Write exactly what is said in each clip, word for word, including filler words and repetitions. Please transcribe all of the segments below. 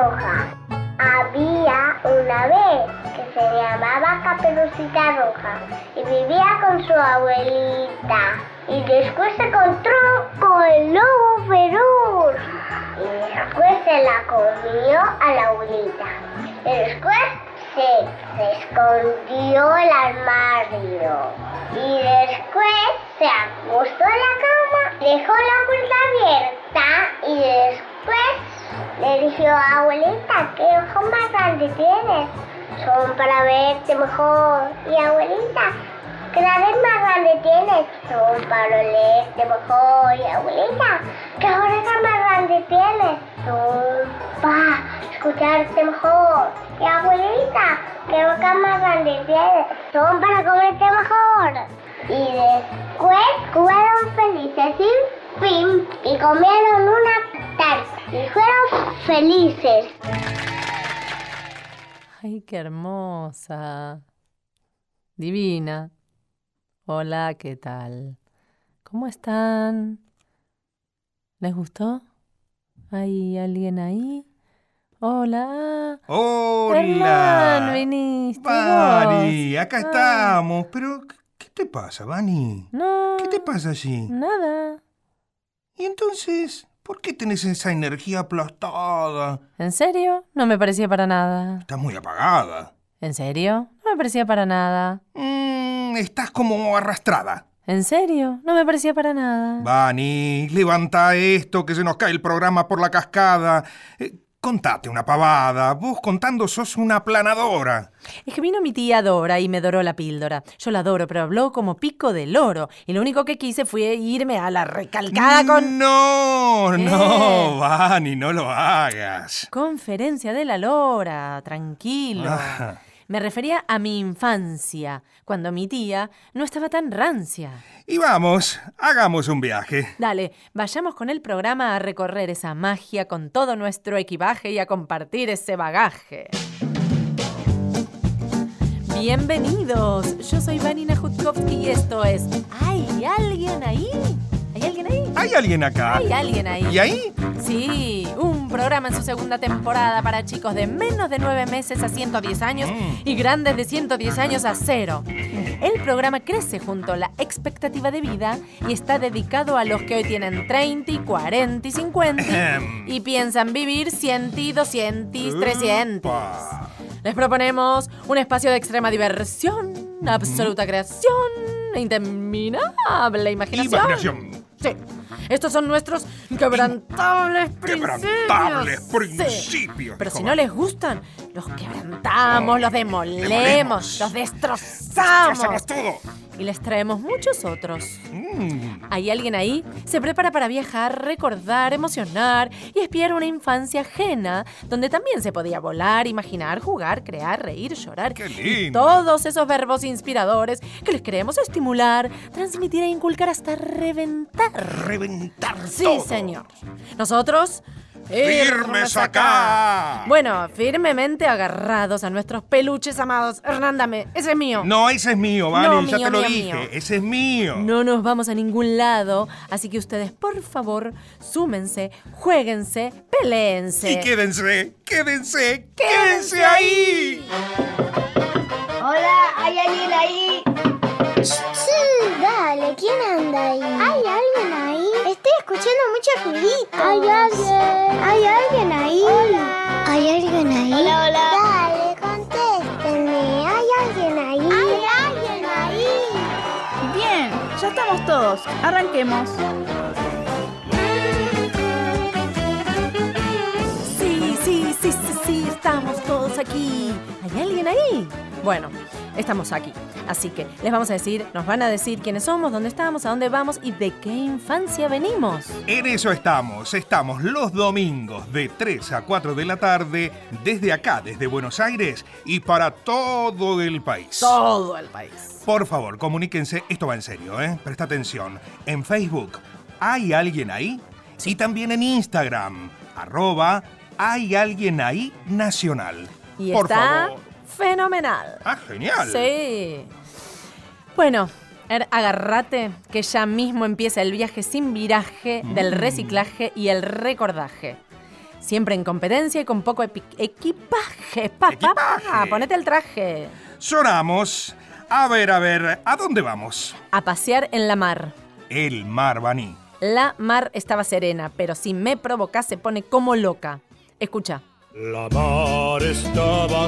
Roja. Había una vez que se llamaba Caperucita Roja y vivía con su abuelita. Y después se encontró con el lobo feroz. Y después se la comió a la abuelita. Y después se, se escondió el armario. Y después se acostó en la cama, dejó la puerta abierta y después le dijo, abuelita, ¿qué ojos más grandes tienes? Son para verte mejor. Y abuelita, cada vez más grande tienes. Son para leerte mejor. Y abuelita, ¿qué orejas más grande tienes? Son para escucharte mejor. Y abuelita, ¿qué boca más grande tienes? Son para comerte mejor. Y después fueron felices sin fin y comieron una tarta. Y fueron felices. Ay, qué hermosa. Divina. Hola, ¿qué tal? ¿Cómo están? ¿Les gustó? ¿Hay alguien ahí? Hola. Hola. Hernán, viniste. Vani, acá Ah. estamos. Pero, ¿qué te pasa, Vani? No. ¿Qué te pasa allí? Nada. Y entonces, ¿por qué tenés esa energía aplastada? ¿En serio? No me parecía para nada. Estás muy apagada. ¿En serio? No me parecía para nada. Mm, estás como arrastrada. ¿En serio? No me parecía para nada. Vani, levanta esto, que se nos cae el programa por la cascada. Eh, contate una pavada. Vos contando sos una aplanadora. Es que vino mi tía Dora y me doró la píldora. Yo la adoro, pero habló como pico de loro. Y lo único que quise fue irme a la recalcada con... No, ¿Qué? no, Vani, no lo hagas. Conferencia de la Lora, tranquilo. Ah. Me refería a mi infancia, cuando mi tía no estaba tan rancia. Y vamos, hagamos un viaje. Dale, vayamos con el programa a recorrer esa magia con todo nuestro equipaje y a compartir ese bagaje. Bienvenidos, yo soy Vanina Jutkowski y esto es ¿Hay alguien ahí? ¿Hay alguien ahí? ¿Hay alguien acá? ¿Hay alguien ahí? ¿Y ahí? Sí, un programa en su segunda temporada para chicos de menos de nueve meses a ciento diez años Mm. y grandes de ciento diez años a cero. El programa crece junto a la expectativa de vida y está dedicado a los que hoy tienen treinta, cuarenta y cincuenta Ahem. y piensan vivir cien, doscientos, trescientos. Upa. Les proponemos un espacio de extrema diversión, absoluta creación e interminable imaginación. Imaginación. Sí. Estos son nuestros quebrantables principios. Quebrantables Sí. principios. Pero si joven. no les gustan, los quebrantamos, los demolemos, demolemos. los destrozamos. Destrozamos todo. Y les traemos muchos otros. Mm. ¿Hay alguien ahí? Se prepara para viajar, recordar, emocionar y espiar una infancia ajena, donde también se podía volar, imaginar, jugar, crear, reír, llorar. ¡Qué Y lindo! todos esos verbos inspiradores que les queremos estimular, transmitir e inculcar hasta reventar. Reventar Sí, todo. señor. Nosotros... ¡Firmes acá! Bueno, firmemente agarrados a nuestros peluches amados. Hernán, dame, ese es mío. No, ese es mío, Vani, No, ya mío, te lo mío, dije. mío. Ese es mío. No nos vamos a ningún lado, así que ustedes, por favor, súmense, juéguense, peléense. Y quédense, quédense, quédense ahí. Hola, ¿hay alguien ahí? Sí, dale, ¿quién anda ahí? ¿Hay alguien ahí? Estoy escuchando mucho ruidito. ¿Hay alguien? ¿Hay alguien ahí? Hola. ¿Hay alguien ahí? Hola, hola. Dale, contéstenme. ¿Hay alguien ahí? ¿Hay alguien ahí? Bien, ya estamos todos. Arranquemos. Sí, sí, sí, sí, sí, estamos todos aquí. ¿Hay alguien ahí? Bueno, estamos aquí. Así que les vamos a decir, nos van a decir quiénes somos, dónde estamos, a dónde vamos y de qué infancia venimos. En eso estamos, estamos los domingos de tres a cuatro de la tarde, desde acá, desde Buenos Aires y para todo el país. Todo el país. Por favor, comuníquense, esto va en serio, ¿eh? Presta atención. En Facebook, ¿hay alguien ahí? Y también en Instagram, arroba, ¿hay alguien ahí? Nacional. Y Por está favor. fenomenal. Ah, genial. Sí. Bueno, er, agárrate que ya mismo empieza el viaje sin viraje del reciclaje y el recordaje. Siempre en competencia y con poco epi- equipaje. Pa, pa, pa, Equipaje. ponete el traje. Sonamos. A ver, a ver, ¿a dónde vamos? A pasear en la mar. El mar, Vani. La mar estaba serena, pero si me provocas se pone como loca. Escucha. La mar estaba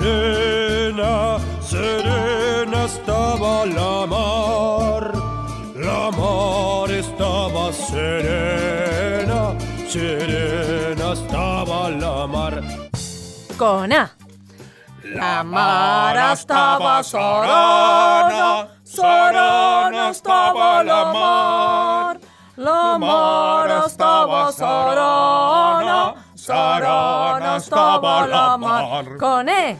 serena, serena estaba la mar. La mar estaba serena, serena estaba la mar. Con A. La mar estaba serena, serena estaba la mar. La mar estaba serena, serena estaba la mar. Con E.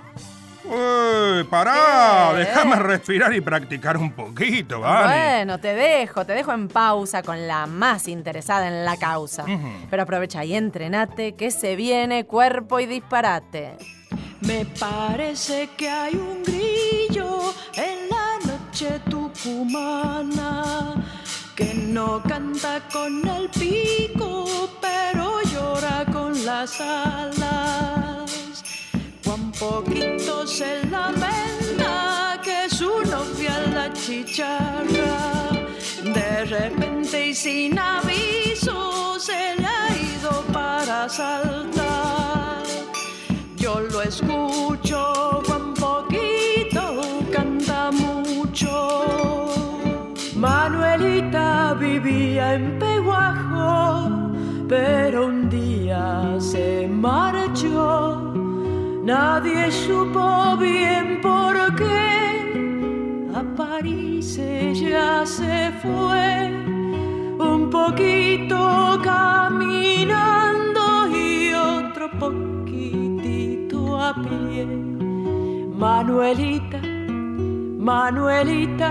Uy, pará, Eh. déjame respirar y practicar un poquito, Vani. Bueno, te dejo, te dejo en pausa con la más interesada en la causa. Ujú. Pero aprovecha y entrenate que se viene cuerpo y disparate. Me parece que hay un grillo en la noche tucumana que no canta con el pico, pero llora con las alas. Cuán poquito se lamenta que su novia la chicharra. De repente y sin aviso se le ha ido para saltar. Yo lo escucho, cuán poquito canta mucho. Manuelita vivía en Peguajo, pero un día se marchó. Nadie supo bien por qué. A París ella se fue, un poquito caminando y otro poquitito a pie. Manuelita, Manuelita,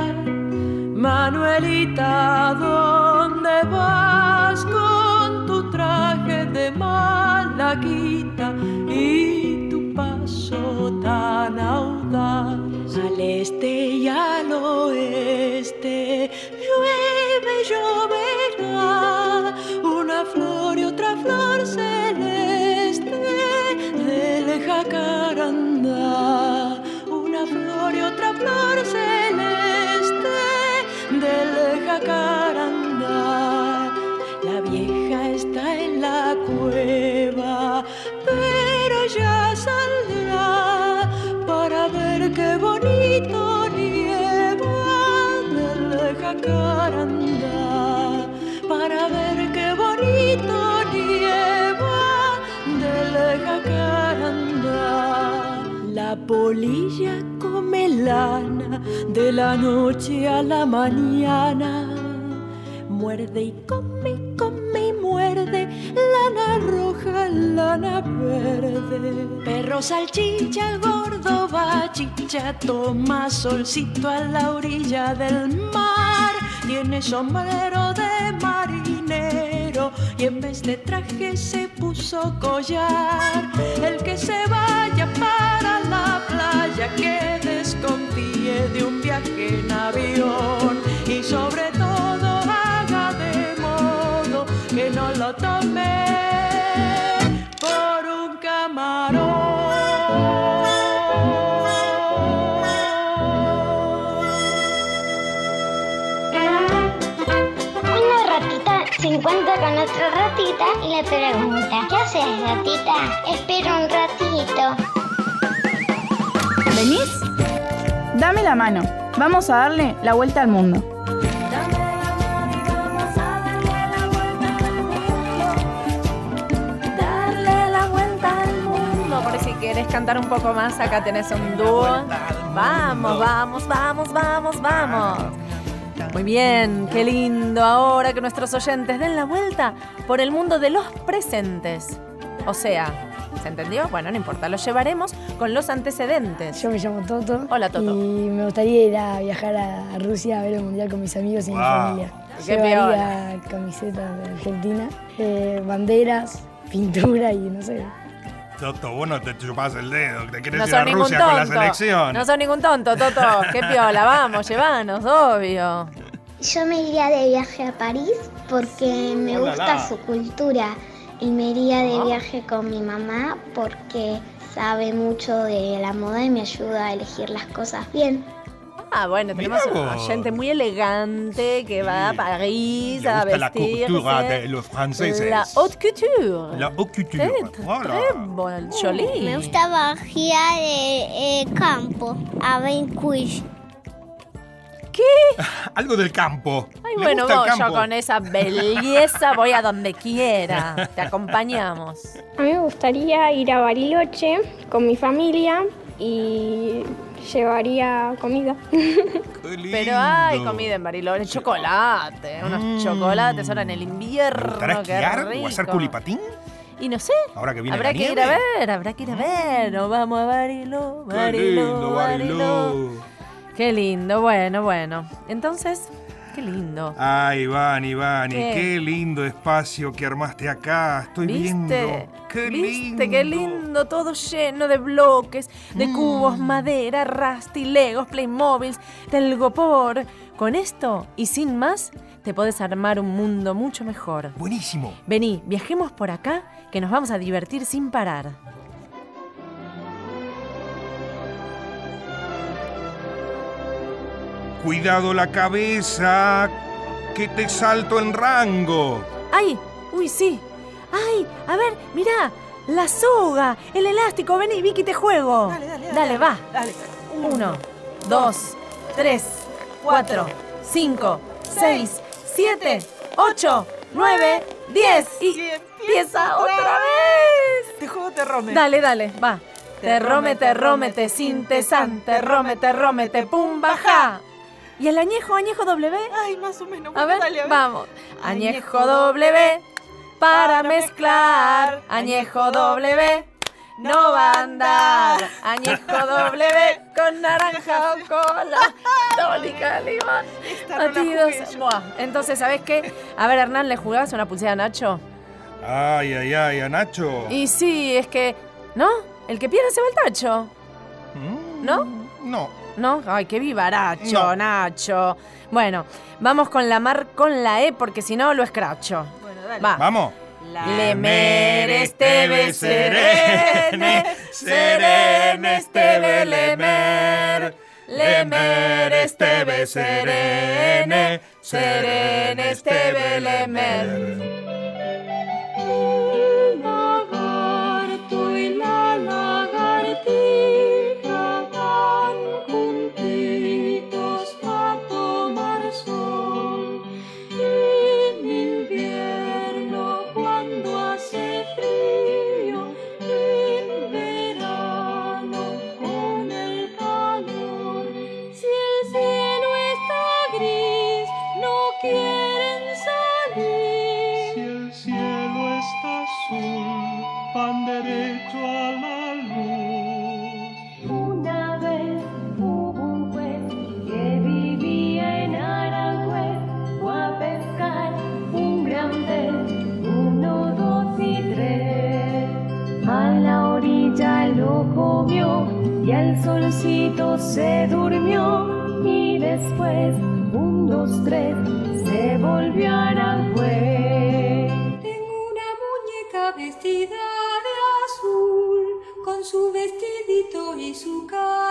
Manuelita, ¿dónde vas con tu traje de malaguita y tu paso tan audaz? Al este y al oeste llueve, lloverá, una flor y otra flor celeste del jacarandá. Una flor y otra flor celeste del jacarandá. La vieja está en la cueva, pero ya saldrá para ver qué bonito nieva del jacarandá. Para ver qué bonito nieva del jacarandá. La polilla come lana de la noche a la mañana. Muerde y come, come y muerde, lana roja, lana verde. Perro salchicha, gordo bachicha, toma solcito a la orilla del mar. Tiene sombrero de marinero y en vez de traje se puso collar. El que se vaya para la playa que desconfíe de un viaje en avión y sobre todo haga de modo que no lo tome por un camarón. Una ratita se encuentra con otra ratita y le pregunta: ¿qué haces, ratita? Espera un ratito. ¿Venís? Dame la mano. Vamos a darle la vuelta al mundo. Darle la vuelta al mundo. Por si quieres cantar un poco más, acá tenés un dúo. Vamos, vamos, vamos, vamos, vamos. Muy bien, qué lindo ahora que nuestros oyentes den la vuelta por el mundo de los presentes. O sea, ¿se entendió? Bueno, no importa, lo llevaremos con los antecedentes. Yo me llamo Toto. Hola, Toto. Y me gustaría ir a viajar a Rusia a ver el mundial con mis amigos y Wow. mi familia. Qué Llevaría camisetas de Argentina, eh, banderas, pintura y no sé. Toto, vos no te chupás el dedo, te querés No ir sos a ningún Rusia con la tonto. selección. No sos ningún tonto, Toto. Qué piola, vamos, llevanos, obvio. Yo me iría de viaje a París porque me Hola, gusta la. su cultura. y me iría de viaje con mi mamá porque sabe mucho de la moda y me ayuda a elegir las cosas bien. Ah, bueno, tenemos Mirá un vos. oyente muy elegante que va a París Le a gusta la vestirse. cultura de los franceses. La haute couture. La haute couture. Très, Voilà. très bon, joli. Me gusta viajar de eh, campo a Benquish. ¿Qué? Algo del campo. Ay, ¿Le bueno, gusta el vos, yo campo? con esa belleza voy a donde quiera. Te acompañamos. A mí me gustaría ir a Bariloche con mi familia y llevaría comida. Qué lindo. Pero hay comida en Bariloche, chocolate, unos Mm. chocolates ahora en el invierno. ¿Te gustará qué esquiar rico. o hacer culipatín? Y no sé, Ahora que viene habrá la que ir nieve. a ver, habrá que ir a ver. Nos vamos a Barilo, Qué Barilo, lindo, Barilo. Bariló. Qué lindo, bueno, bueno. Entonces, qué lindo. Ay, Iván, Iván, y ¿Qué? qué lindo espacio que armaste acá. Estoy viendo. ¿Viste? Qué ¿Viste? lindo. Qué lindo, todo lleno de bloques, de Mm. cubos, madera, Rusty, Legos, Playmobiles, Telgopor. Con esto y sin más, te podés armar un mundo mucho mejor. Buenísimo. Vení, viajemos por acá, que nos vamos a divertir sin parar. Cuidado la cabeza, que te salto en rango. ¡Ay! ¡Uy, sí! ¡Ay! A ver, mirá, la soga, el elástico. Vení, Vicky, te juego. Dale, dale, dale. Dale, va. Dale. Uno, dos, tres, cuatro, cinco, seis, siete, ocho, nueve, diez. Y empieza otra vez. Te juego terrome. Dale, dale, va. Terrome, terrome, te sin te san, terrome, terrome, te pum, baja. ¿Y el añejo, añejo W? Ay, más o menos. A bueno, ver, dale, a ver. vamos. Añejo W para mezclar. Añejo W no va a andar. Añejo W con naranja o cola. Tónica, limón. Esta no la Batidos. jugué yo. Buah, entonces, ¿sabes qué? A ver, Hernán, ¿le jugabas una pulsera a Nacho? Ay, ay, ay, a Nacho. Y sí, es que... ¿No? El que pierde se va al tacho. Mm, ¿No? No. ¿No? Ay, qué vivaracho, No. Nacho. Bueno, vamos con la mar con la E porque si no lo escracho. Bueno, dale. Va. Vamos. Le meres tebe serene, serenes tebe lemer. Le meres tebe serene, serenes tebe lemer. El lagarto y la lagartija van juntitos a tomar sol. En invierno cuando hace frío, en verano con el calor. Si el cielo está gris, no quieren salir. Si el cielo está azul, van derecho a la luz. Una vez hubo un juez que vivía en Aranjuez, fue a pescar un gran pez, uno, dos y tres. A la orilla lo comió y al solcito se durmió y después, un, dos, tres, se volvió a Aranjuez. Tengo una muñeca vestida de azul, con su vestidito y su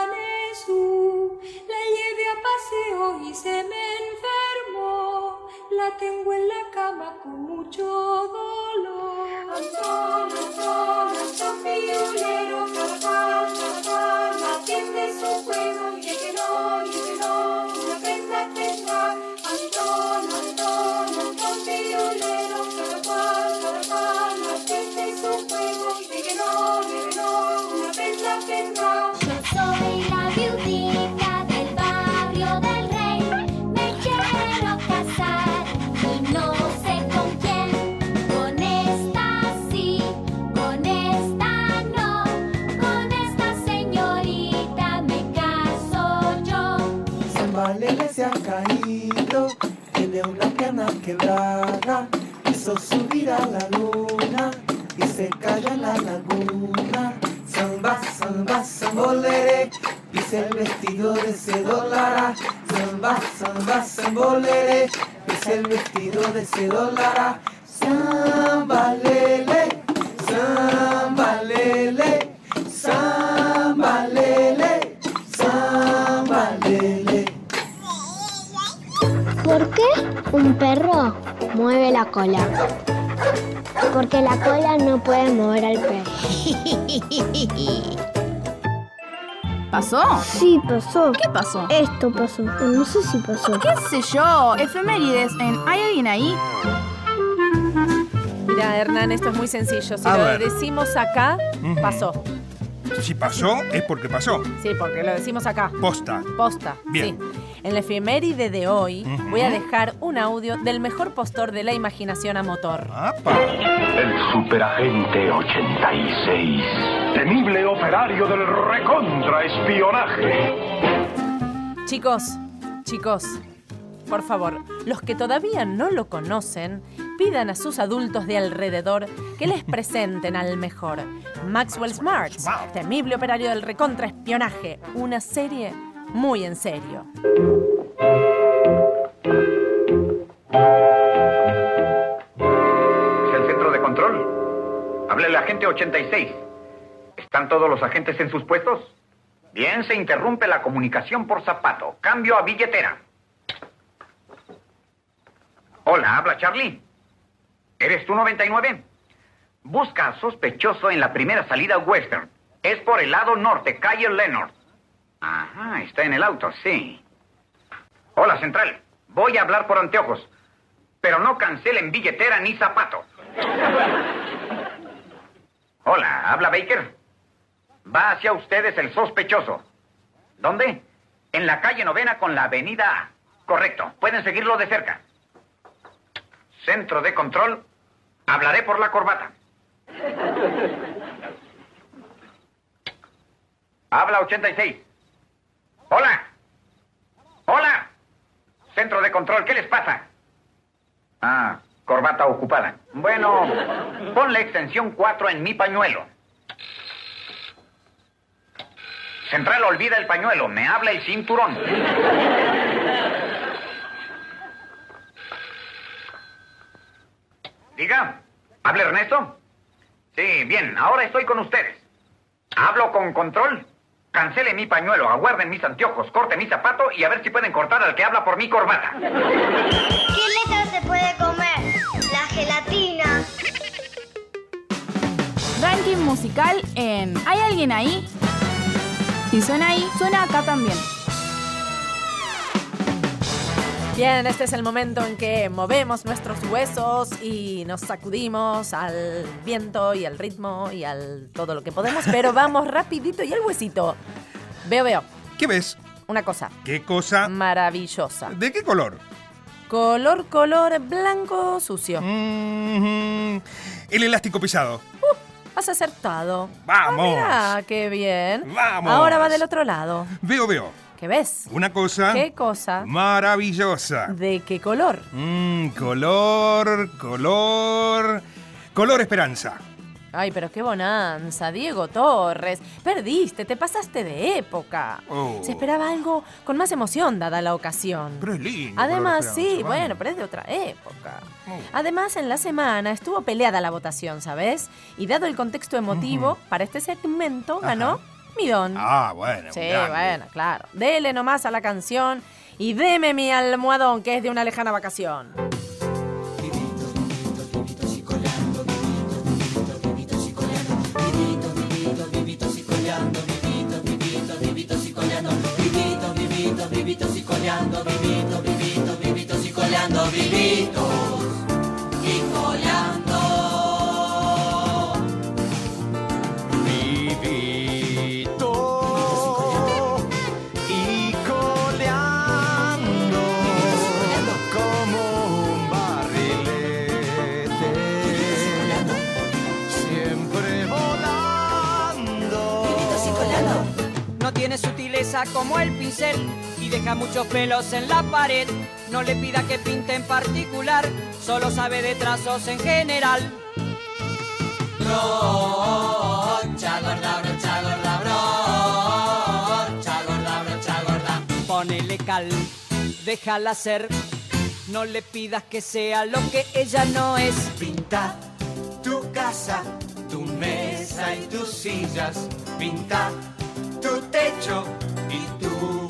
canesú. La llevé a paseo y se me enfermó. La tengo en la cama con mucho dolor. Antón, Antón, Antón Piulero, caracol, caracol, atiende su juego y de que no, y de que no, una prenda tendrá. Antón, Antón, Antón Piulero, caracol, caracol, atiende su juego y de que no, y de que no, una prenda tendrá. Yo soy la viudita del barrio del Rey. Me quiero casar y no sé con quién. Con esta sí, con esta no. Con esta señorita me caso yo. Zambalele se ha caído, tiene una pierna quebrada, hizo subir a la luna y se cayó en la laguna. Zamba, zamba, zambolere, dice el vestido de ese dólar. Zamba, zamba, zambolere, dice el vestido de ese dólar. Zambalele, cola. Porque la cola no puede mover al perro. ¿Pasó? Sí, pasó. ¿Qué pasó? Esto pasó. No sé si pasó. ¿Qué sé yo? Efemérides en ¿Hay alguien ahí? Mira, Hernán, esto es muy sencillo. Si A lo ver. decimos acá, Ujú. pasó. Si pasó, es porque pasó. Sí, porque lo decimos acá. Posta. Posta. Bien. Sí. En la efeméride de hoy Ujú. voy a dejar un audio del mejor postor de la imaginación a motor. ¡Apa! El superagente ochenta y seis. Temible operario del recontraespionaje. Chicos, chicos, por favor, los que todavía no lo conocen, pidan a sus adultos de alrededor que les presenten al mejor. Maxwell Smart, temible operario del recontraespionaje, una serie muy en serio. ¿Es el centro de control? Habla el agente ochenta y seis. ¿Están todos los agentes en sus puestos? Bien, se interrumpe la comunicación por zapato. Cambio a billetera. Hola, habla Charlie. ¿Eres tú noventa y nueve? Busca a sospechoso en la primera salida western. Es por el lado norte, calle Leonard. Ajá, está en el auto, sí. Hola, Central. Voy a hablar por anteojos. Pero no cancelen billetera ni zapato. Hola, habla Baker. Va hacia ustedes el sospechoso. ¿Dónde? En la calle Novena con la avenida A. Correcto, pueden seguirlo de cerca. Centro de control. Hablaré por la corbata. Habla ochenta y seis. Hola. Hola. Centro de control, ¿qué les pasa? Ah, corbata ocupada. Bueno, ponle extensión cuatro en mi pañuelo. Central, olvida el pañuelo, me habla el cinturón. Diga, ¿habla Ernesto? Sí, bien, ahora estoy con ustedes. ¿Hablo con control? Cancele mi pañuelo, aguarden mis anteojos, corte mi zapato y a ver si pueden cortar al que habla por mi corbata. ¿Qué letra se puede comer? La gelatina. Ranking musical en ¿Hay alguien ahí? Si suena ahí, suena acá también. Bien, este es el momento en que movemos nuestros huesos y nos sacudimos al viento y al ritmo y al todo lo que podemos, pero vamos rapidito y al huesito. Veo, veo. ¿Qué ves? Una cosa. ¿Qué cosa? Maravillosa. ¿De qué color? Color, color blanco sucio. Mm-hmm. El elástico pisado. Uh, has acertado. ¡Vamos! Ah, mira, qué bien. ¡Vamos! Ahora va del otro lado. Veo, veo. ¿Qué ves? Una cosa. ¿Qué cosa? Maravillosa. ¿De qué color? Mmm, color, color. Color esperanza. Ay, pero qué bonanza, Diego Torres. Perdiste, te pasaste de época. Oh. Se esperaba algo con más emoción dada la ocasión. Pero es lindo. Además, color sí, esperanza, bueno, vamos. pero es de otra época. Oh. Además, en la semana estuvo peleada la votación, ¿sabes? Y dado el contexto emotivo, Ujú. para este segmento Ajá. ganó Midón. Ah, bueno. Sí, grande. bueno, claro. Dele nomás a la canción y deme mi almohadón, que es de una lejana vacación. Y coleando como un barrilete, siempre volando. No tiene sutileza como el pincel y deja muchos pelos en la pared. No le pida que pinte en particular, solo sabe de trazos en general. Brocha gorda, brocha gorda, brocha gorda, brocha gorda. Ponele cal, déjala ser. No le pidas que sea lo que ella no es. Pinta tu casa, tu mesa y tus sillas. Pinta tu techo y tu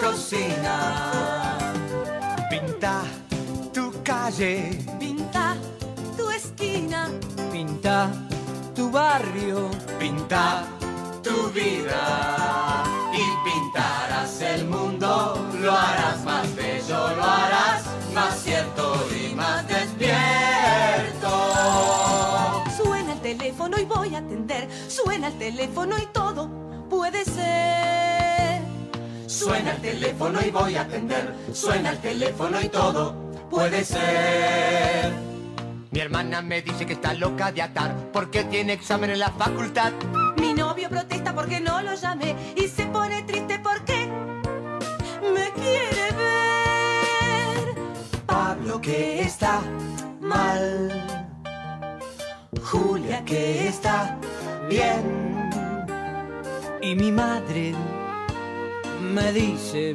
cocina. Pinta tu calle. Pinta Pinta tu barrio, pinta tu vida y pintarás el mundo, lo harás más bello, lo harás más cierto y más despierto. Suena el teléfono y voy a atender, suena el teléfono y todo puede ser. Suena el teléfono y voy a atender, suena el teléfono y todo puede ser. Mi hermana me dice que está loca de atar porque tiene examen en la facultad. Mi novio protesta porque no lo llamé y se pone triste porque me quiere ver. Pablo que está mal, Julia que está bien, y mi madre me dice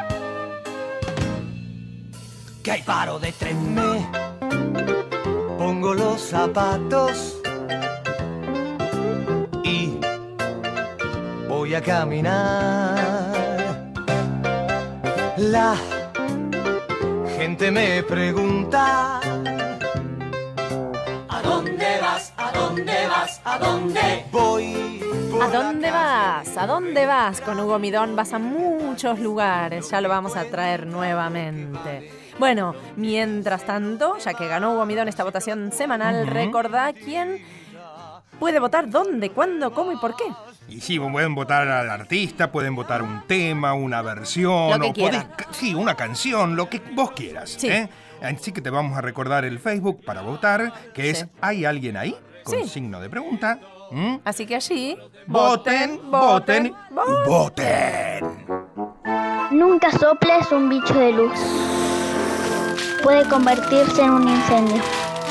que hay paro de tren. Me pongo los zapatos y voy a caminar. La gente me pregunta: ¿a dónde vas? ¿A dónde vas? ¿A dónde voy? ¿A dónde vas? ¿A dónde vas? Con Hugo Midón vas a muchos lugares, ya lo vamos a traer nuevamente. Bueno, mientras tanto, ya que ganó Hugo Midón esta votación semanal, uh-huh. recordá quién puede votar, dónde, cuándo, cómo y por qué. Y sí, pueden votar al artista, pueden votar un tema, una versión, lo que o podés, sí, una canción, lo que vos quieras. Sí. ¿eh? Así que te vamos a recordar el Facebook para votar, que sí. es ¿Hay alguien ahí? Con sí. signo de pregunta. ¿Mm? Así que allí, voten, voten, voten, voten. Nunca soples un bicho de luz. Puede convertirse en un incendio.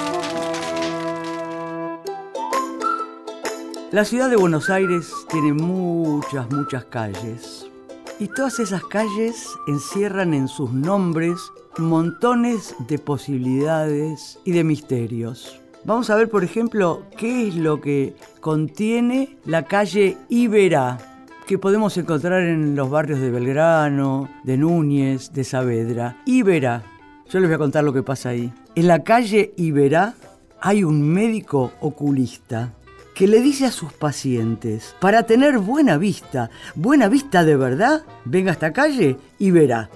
La ciudad de Buenos Aires tiene muchas, muchas calles. Y todas esas calles encierran en sus nombres montones de posibilidades y de misterios. Vamos a ver, por ejemplo, qué es lo que contiene la calle Iberá, que podemos encontrar en los barrios de Belgrano, de Núñez, de Saavedra. Iberá. Yo les voy a contar lo que pasa ahí. En la calle Iberá hay un médico oculista que le dice a sus pacientes: para tener buena vista, buena vista de verdad, venga a esta calle y verá.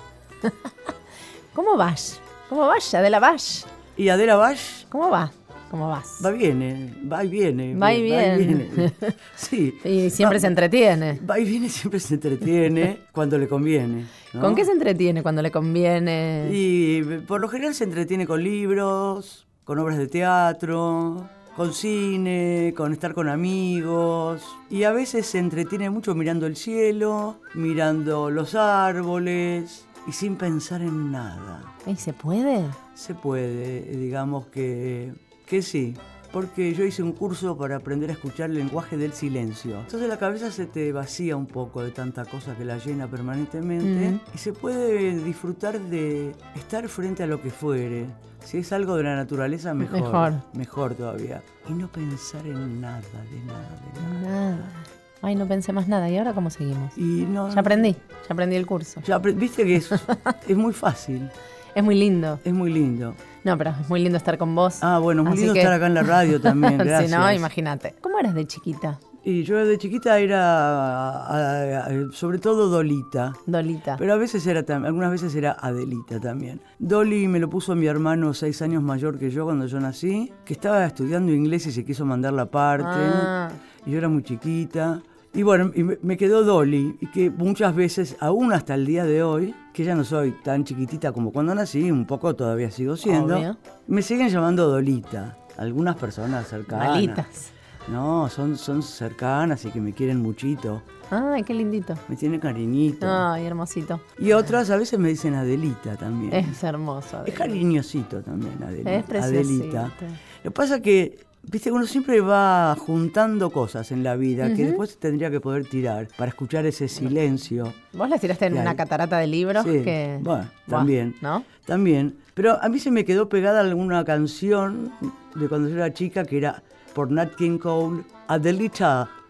¿Cómo vas? ¿Cómo vas, Adela Bash? ¿Y Adela Bash? ¿Cómo va? ¿Cómo vas? Va viene, va y viene. Va y viene. Va y viene. Sí. Y siempre va, se entretiene. Va y viene, siempre se entretiene cuando le conviene, ¿no? ¿Con qué se entretiene cuando le conviene? Y por lo general se entretiene con libros, con obras de teatro, con cine, con estar con amigos. Y a veces se entretiene mucho mirando el cielo, mirando los árboles y sin pensar en nada. ¿Y se puede? Se puede, digamos que, que sí. Porque yo hice un curso para aprender a escuchar el lenguaje del silencio. Entonces la cabeza se te vacía un poco de tanta cosa que la llena permanentemente. Mm. Y se puede disfrutar de estar frente a lo que fuere. Si es algo de la naturaleza, mejor. Mejor. Mejor todavía. Y no pensar en nada, de nada, de nada. Nada. Ay, no pensé más nada. ¿Y ahora cómo seguimos? Y no, ya aprendí, ya aprendí el curso. Ya aprendí, viste que es, es muy fácil. Es muy lindo. Es muy lindo. No, pero es muy lindo estar con vos. Ah, bueno, muy lindo que... estar acá en la radio también, gracias. Si no, imagínate. ¿Cómo eras de chiquita? Y yo de chiquita era, a, a, sobre todo Dolita. Dolita. Pero a veces era, algunas veces era Adelita también. Dolly me lo puso mi hermano seis años mayor que yo cuando yo nací, que estaba estudiando inglés y se quiso mandar la parte. Ah. Y yo era muy chiquita. Y bueno, y me quedó Dolly, y que muchas veces, aún hasta el día de hoy, que ya no soy tan chiquitita como cuando nací, un poco todavía sigo siendo, obvio, me siguen llamando Dolita. Algunas personas cercanas. Malitas. No, son, son cercanas y que me quieren muchito. Ay, qué lindito. Me tienen cariñito. Ay, hermosito. Y otras a veces me dicen Adelita también. Es hermoso. Adelita. Es cariñosito también, Adelita. Es preciosito. Adelita. Lo que pasa es que, viste, uno siempre va juntando cosas en la vida, uh-huh, que después tendría que poder tirar para escuchar ese silencio. Vos las tiraste en una catarata de libros. Sí, que... bueno, también. ¿No? También. Pero a mí se me quedó pegada alguna canción de cuando yo era chica que era por Nat King Cole, Adelita,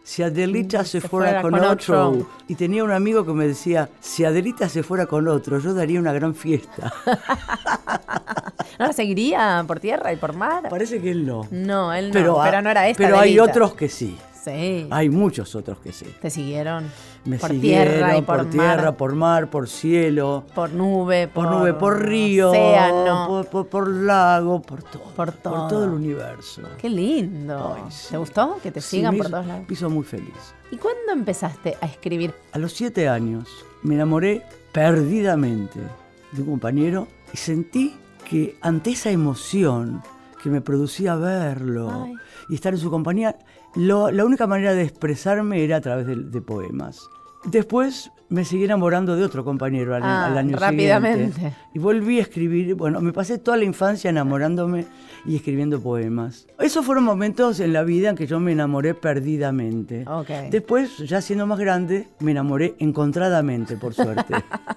si Adelita se, se fuera, fuera con, con otro. otro. Y tenía un amigo que me decía, si Adelita se fuera con otro, yo daría una gran fiesta. ¿No la seguiría por tierra y por mar? Parece que él no. No, él no, Pero, pero, no era esta Pero hay Adelita. otros que sí. Sí. Hay muchos otros que sí. Te siguieron. Me por siguieron tierra y por, por mar, tierra, por mar, por cielo. Por nube, Por, por, nube, por río, océano. por, por, por lago, por todo. Por todo. Por todo el universo. Qué lindo. Ay, sí. ¿Te gustó que te Sí, sigan me por hizo- todos lados? Me hizo muy feliz. ¿Y cuándo empezaste a escribir? A los siete años me enamoré perdidamente de un compañero y sentí que ante esa emoción que me producía verlo Ay. y estar en su compañía, lo- la única manera de expresarme era a través de, de poemas. Después me seguí enamorando de otro compañero al, Ah, al año rápidamente. siguiente. Y volví a escribir. Bueno, me pasé toda la infancia enamorándome y escribiendo poemas. Esos fueron momentos en la vida en que yo me enamoré perdidamente. Ok. Después, ya siendo más grande, me enamoré encontradamente, por suerte.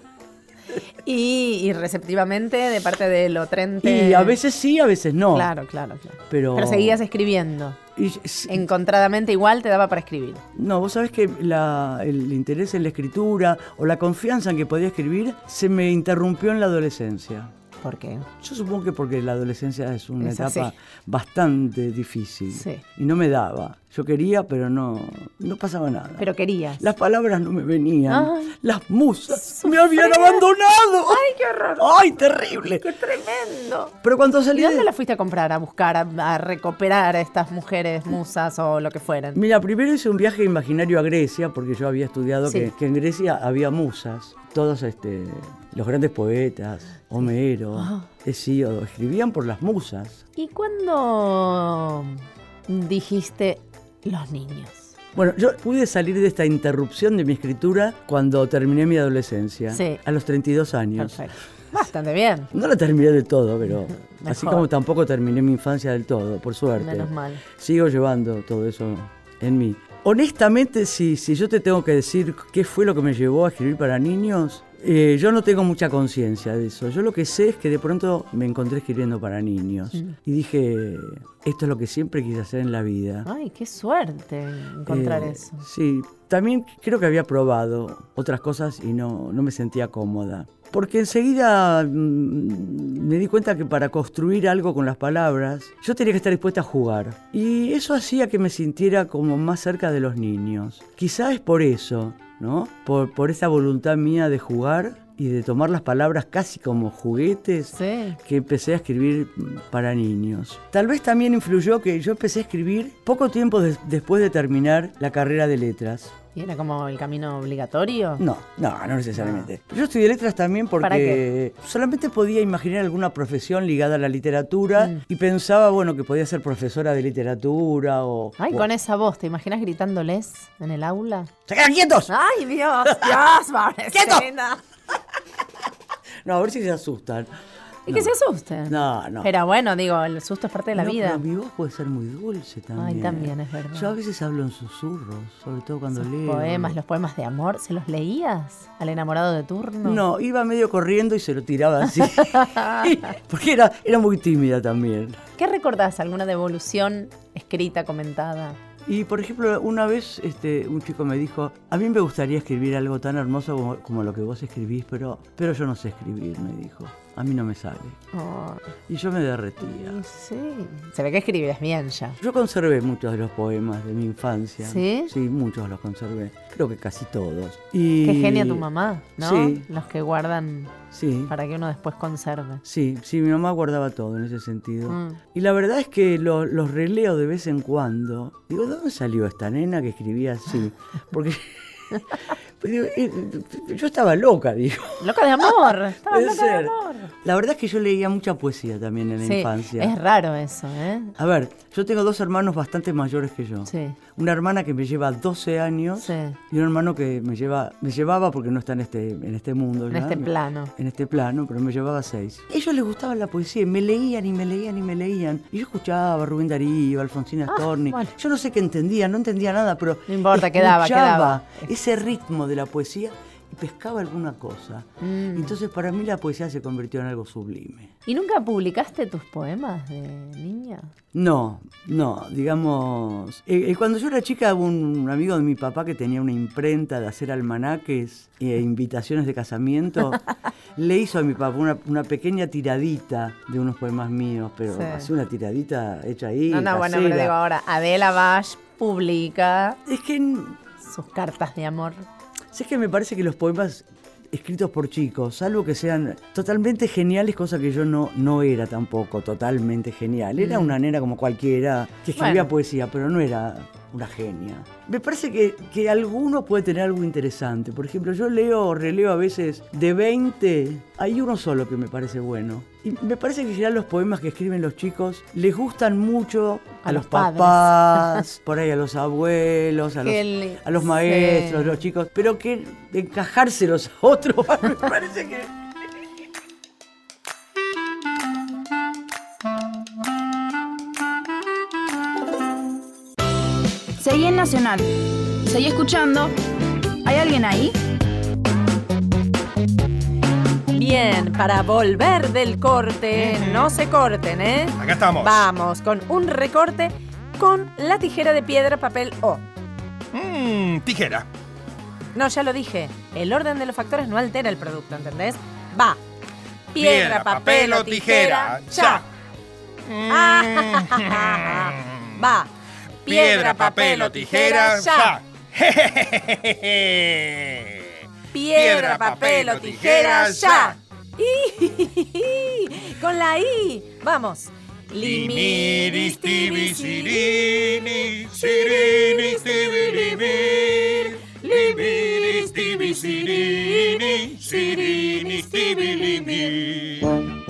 Y, y receptivamente de parte de Lotrente. Y a veces sí, a veces no. Claro, claro, claro. Pero, Pero seguías escribiendo. y- Encontradamente igual te daba para escribir. No, vos sabés que la- el interés en la escritura o la confianza en que podía escribir se me interrumpió en la adolescencia. ¿Por qué? Yo supongo que porque la adolescencia es una Es etapa así. bastante difícil. Sí. Y no me daba. Yo quería, pero no, no pasaba nada. Pero querías. Las palabras no me venían. Ay. Las musas me habían abandonado. ¡Ay, qué horror! ¡Ay, terrible! ¡Qué tremendo! Pero cuando ¿Y salí dónde de- la fuiste a comprar, a buscar, a, a recuperar a estas mujeres musas o lo que fueran? Mira, primero hice un viaje imaginario a Grecia, porque yo había estudiado Sí. que, que en Grecia había musas. Todos este, los grandes poetas, Homero, Ah. Hesíodo, escribían por las musas. ¿Y cuándo dijiste los niños? Bueno, yo pude salir de esta interrupción de mi escritura cuando terminé mi adolescencia, Sí. a los treinta y dos años. Perfecto. Bastante bien. No la terminé del todo, pero así Mejor. como tampoco terminé mi infancia del todo, por suerte. Menos mal. Sigo llevando todo eso en mí. Honestamente, si, si yo te tengo que decir qué fue lo que me llevó a escribir para niños, eh, yo no tengo mucha conciencia de eso. Yo lo que sé es que de pronto me encontré escribiendo para niños. Mm. Y dije, esto es lo que siempre quise hacer en la vida. Ay, qué suerte encontrar Eh, eso. Sí, también creo que había probado otras cosas y no, no me sentía cómoda. Porque enseguida mm, me di cuenta que para construir algo con las palabras, yo tenía que estar dispuesta a jugar. Y eso hacía que me sintiera como más cerca de los niños. Quizá es por eso, ¿no? Por, por esa voluntad mía de jugar y de tomar las palabras casi como juguetes, Sí. que empecé a escribir para niños. Tal vez también influyó que yo empecé a escribir poco tiempo des- después de terminar la carrera de letras. ¿Y era como el camino obligatorio? No, no, no necesariamente. Yo estudié letras también ¿Para porque solamente podía imaginar alguna profesión ligada a la literatura Mm. y pensaba, bueno, que podía ser profesora de literatura o... Ay, o- con esa voz, ¿te imaginas gritándoles en el aula? ¡Se quedan quietos! ¡Ay, Dios! ¡Dios, pobrecita! No, a ver si se asustan. Y que se asusten. No, no. Pero bueno, digo, el susto es parte de la No, vida. pero mi voz puede ser muy dulce también. Ay, también, es verdad. Yo a veces hablo en susurros, sobre todo cuando Esos leo. poemas, los poemas de amor, ¿se los leías al enamorado de turno? No, iba medio corriendo y se lo tiraba así. Porque era, era muy tímida también. ¿Qué recordás? ¿Alguna devolución escrita, comentada? Y por ejemplo, una vez este, un chico me dijo, a mí me gustaría escribir algo tan hermoso como, como lo que vos escribís, pero, pero yo no sé escribir, me dijo. A mí no me sale. Oh, Y yo me derretía. y sí. Se ve que escribes bien ya. Yo conservé muchos de los poemas de mi infancia. ¿Sí? Sí, muchos los conservé. Creo que casi todos. Y... Qué genia tu mamá, ¿no? Sí. Los que guardan Sí. para que uno después conserve. Sí, sí, mi mamá guardaba todo en ese sentido. Mm. Y la verdad es que lo- los releo de vez en cuando. Digo, ¿de dónde salió esta nena que escribía así? Porque pues digo, eh, yo estaba loca, digo. Loca de amor. Estaba Puede loca de ser. amor. La verdad es que yo leía mucha poesía también en la Sí, infancia. es raro eso, ¿eh? A ver, yo tengo dos hermanos bastante mayores que yo. Sí. Una hermana que me lleva doce años Sí. y un hermano que me lleva, me llevaba porque no está en este, en este mundo. En ya, este me- plano. En este plano, pero me llevaba seis. A ellos les gustaba la poesía y me leían y me leían y me leían. Y yo escuchaba a Rubén Darío, a Alfonsina Storni. bueno. Yo no sé qué entendía, no entendía nada, pero No importa, quedaba, escuchaba quedaba. ese ritmo de la poesía pescaba alguna cosa. Mm. Entonces para mí la poesía se convirtió en algo sublime. ¿Y nunca publicaste tus poemas de niña? No, no, digamos... Eh, eh, cuando yo era chica, hubo un amigo de mi papá que tenía una imprenta de hacer almanaques e invitaciones de casamiento. Le hizo a mi papá una, una pequeña tiradita de unos poemas míos, pero Sí. así una tiradita hecha ahí, No, no, bueno, casera. pero digo ahora, Adela Bash publica es que sus cartas de amor. Es que me parece que los poemas escritos por chicos, salvo que sean totalmente geniales, cosa que yo no, no era tampoco totalmente genial. Era Mm. una nena como cualquiera que escribía Bueno. poesía, pero no era una genia. Me parece que, que alguno puede tener algo interesante. Por ejemplo, yo leo o releo a veces de veinte, hay uno solo que me parece bueno. Y me parece que en general los poemas que escriben los chicos les gustan mucho a, A los los padres. papás, por ahí a los abuelos, a los, Qué li- a los maestros, sí. los chicos, pero que encajárselos a otros, me parece que... Seguí en Nacional. Seguí escuchando. ¿Hay alguien ahí? Bien, para volver del corte, no se corten, ¿eh? Acá estamos. Vamos, con un recorte con la tijera de piedra, papel o. Mmm, tijera. No, ya lo dije. El orden de los factores no altera el producto, ¿entendés? Va. Piedra, papel o tijera, ya. Ah, va. Piedra, papel o tijera, ya. Piedra, papel o tijera, ya. Con la I. Vamos. Limiris, tibi, sirini, sirini, tibilimir. Limiris, tibi, sirini, sirini, tibilimir.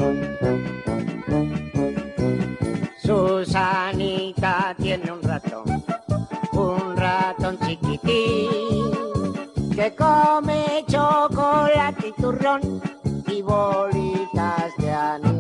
Susanita tiene un ratón, un ratón chiquitín, que come chocolate y turrón y bolitas de anís.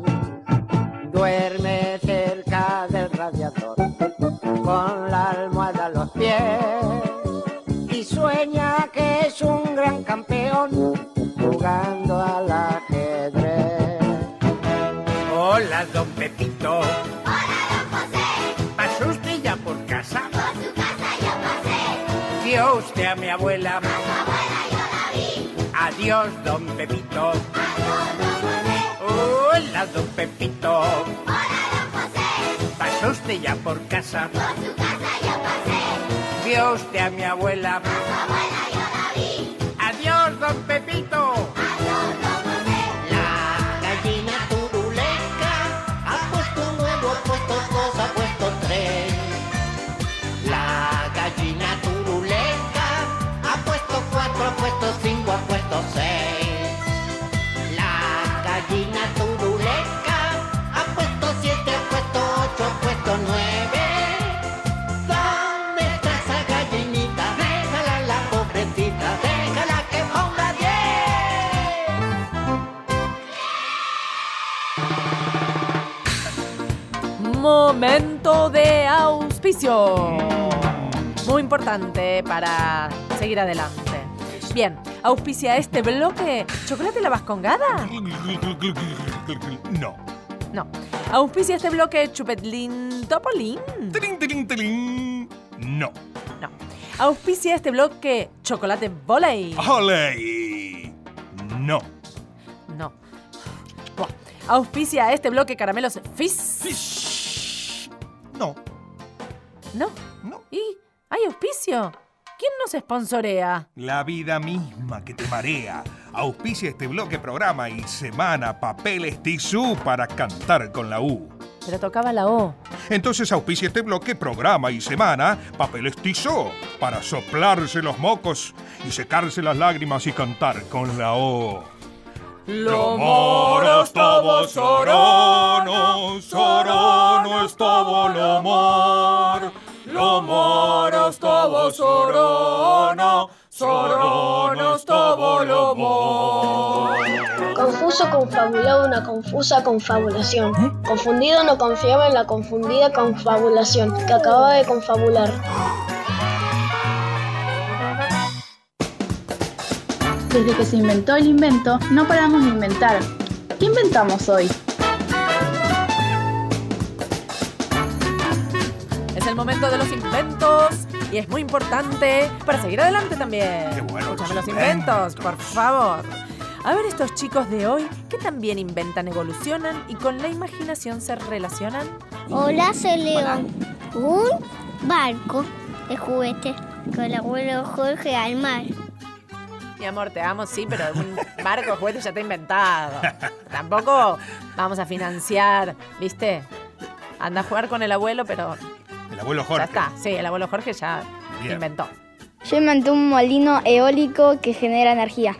Duerme cerca del radiador, con la almohada a los pies, y sueña que es un gran campeón, jugando al ajedrez. Hola, don Pepito. Hola, don José. ¿Pasó usted ya por casa? Por su casa yo pasé. ¿Vio usted a mi abuela? A su abuela yo la vi. Adiós, don Pepito. Adiós, don José. Hola, don Pepito. Hola, don José. ¿Pasó usted ya por casa? Por su casa yo pasé. ¿Vio usted a mi abuela? A su abuela yo la vi. Adiós, don Pepito. Adiós, don José. La gallina turuleca ha puesto un huevo, ha puesto dos, ha puesto tres. La gallina turuleca ha puesto cuatro, ha puesto cinco, ha puesto seis. La gallina turuleca ha puesto siete, ha puesto ocho, ha puesto nueve. ¿Dónde está esa gallinita? Déjala la pobrecita, déjala que ponga diez. Momento de auspicio. Muy importante para seguir adelante. Bien, auspicia este bloque ¿Chocolate la Vascongada? No. No. Auspicia este bloque Chupetlín Topolín. Tilín, tilín, tilín. No. No. Auspicia este bloque Chocolate Voley. ¡Oley! No. No. Buah. Auspicia este bloque Caramelos Fizz. No. ¿No? No. ¿Y hay auspicio? ¿Quién nos sponsorea? La vida misma que te marea. Auspicia este bloque, programa y semana Papeles Tissú para cantar con la U. Pero tocaba la O. Entonces auspicia este bloque, programa y semana Papeles Tissú para soplarse los mocos y secarse las lágrimas y cantar con la O. Lo moro estuvo sorono, sorono estuvo lo mor. Lo moro estuvo sorono, sorono estuvo lo mor. Confuso confabulado, una confusa confabulación. Confundido no confiaba en la confundida confabulación que acababa de confabular. Desde que se inventó el invento, no paramos de inventar. ¿Qué inventamos hoy? Es el momento de los inventos y es muy importante para seguir adelante también. Qué bueno. Escúchame los inventos, por favor. A ver estos chicos de hoy que también inventan, evolucionan y con la imaginación se relacionan. Hola, soy León. Un barco de juguete con el abuelo Jorge al mar. Mi amor, te amo, sí, pero un barco de juguete ya está inventado. Tampoco vamos a financiar, ¿viste? Anda a jugar con el abuelo, pero... El abuelo Jorge. Ya está, sí, el abuelo Jorge ya Bien. inventó. Yo inventé un molino eólico que genera energía.